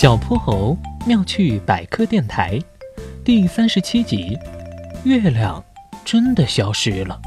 小泼猴妙趣百科电台第37集，月亮真的消失了。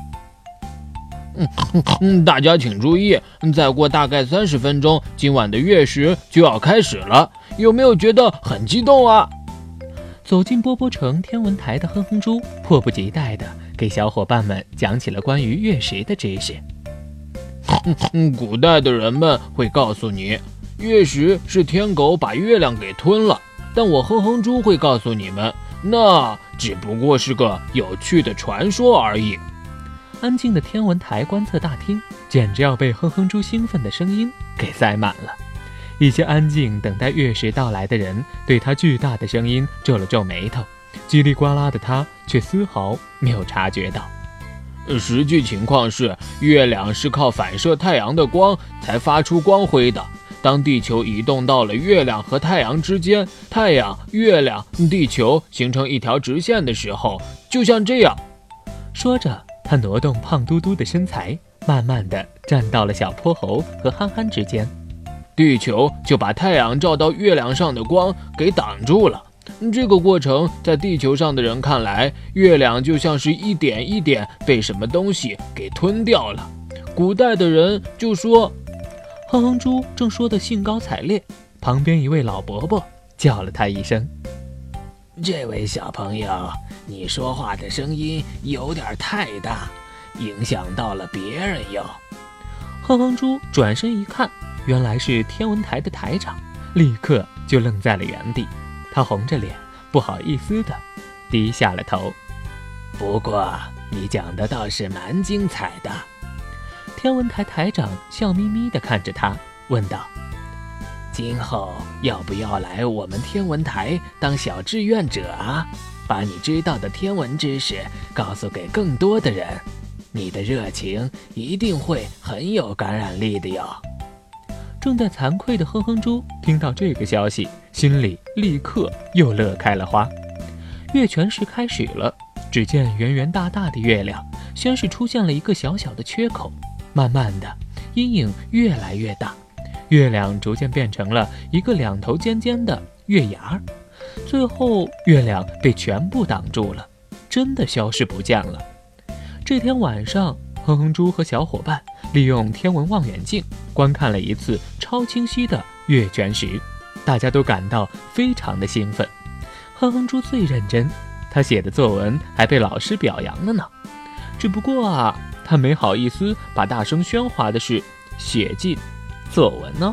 大家请注意，再过大概30分钟，今晚的月食就要开始了，有没有觉得很激动啊？ 走进波波城天文台的哼哼猪迫不及待地给小伙伴们讲起了关于月食的知识。 古代的人们会告诉你，月食是天狗把月亮给吞了，但我哼哼猪会告诉你们，那只不过是个有趣的传说而已。 安静的天文台观测大厅简直要被哼哼猪兴奋的声音给塞满了。一些安静等待月食到来的人对他巨大的声音皱了皱眉头，叽里呱啦的他却丝毫没有察觉到。 实际情况是，月亮是靠反射太阳的光才发出光辉的。当地球移动到了月亮和太阳之间，太阳、月亮、地球形成一条直线的时候，就像这样。 说着，他挪动胖嘟嘟的身材，慢慢地站到了小泼猴和憨憨之间。 地球就把太阳照到月亮上的光给挡住了。这个过程在地球上的人看来，月亮就像是一点一点被什么东西给吞掉了。古代的人就说， 哼哼猪正说得兴高采烈，旁边一位老伯伯叫了他一声：“ 这位小朋友，你说话的声音有点太大，影响到了别人哟。” 哼哼猪转身一看，原来是天文台的台长，立刻就愣在了原地。他红着脸，不好意思地低下了头。 不过你讲的倒是蛮精彩的。 天文台台长笑眯眯地看着他，问道：“ 今后要不要来我们天文台当小志愿者啊？把你知道的天文知识告诉给更多的人，你的热情一定会很有感染力的哟。” 正在惭愧的哼哼猪听到这个消息，心里立刻又乐开了花。月全食开始了，只见圆圆大大的月亮先是出现了一个小小的缺口，慢慢的阴影越来越大，月亮逐渐变成了一个两头尖尖的月牙，最后月亮被全部挡住了，真的消失不见了。这天晚上，哼哼猪和小伙伴利用天文望远镜观看了一次超清晰的月全食，大家都感到非常的兴奋。哼哼猪最认真，他写的作文还被老师表扬了呢。只不过他没好意思把大声喧哗的事写进作文呢。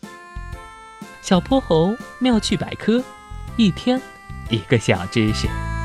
小泼猴妙趣百科，一天一个小知识。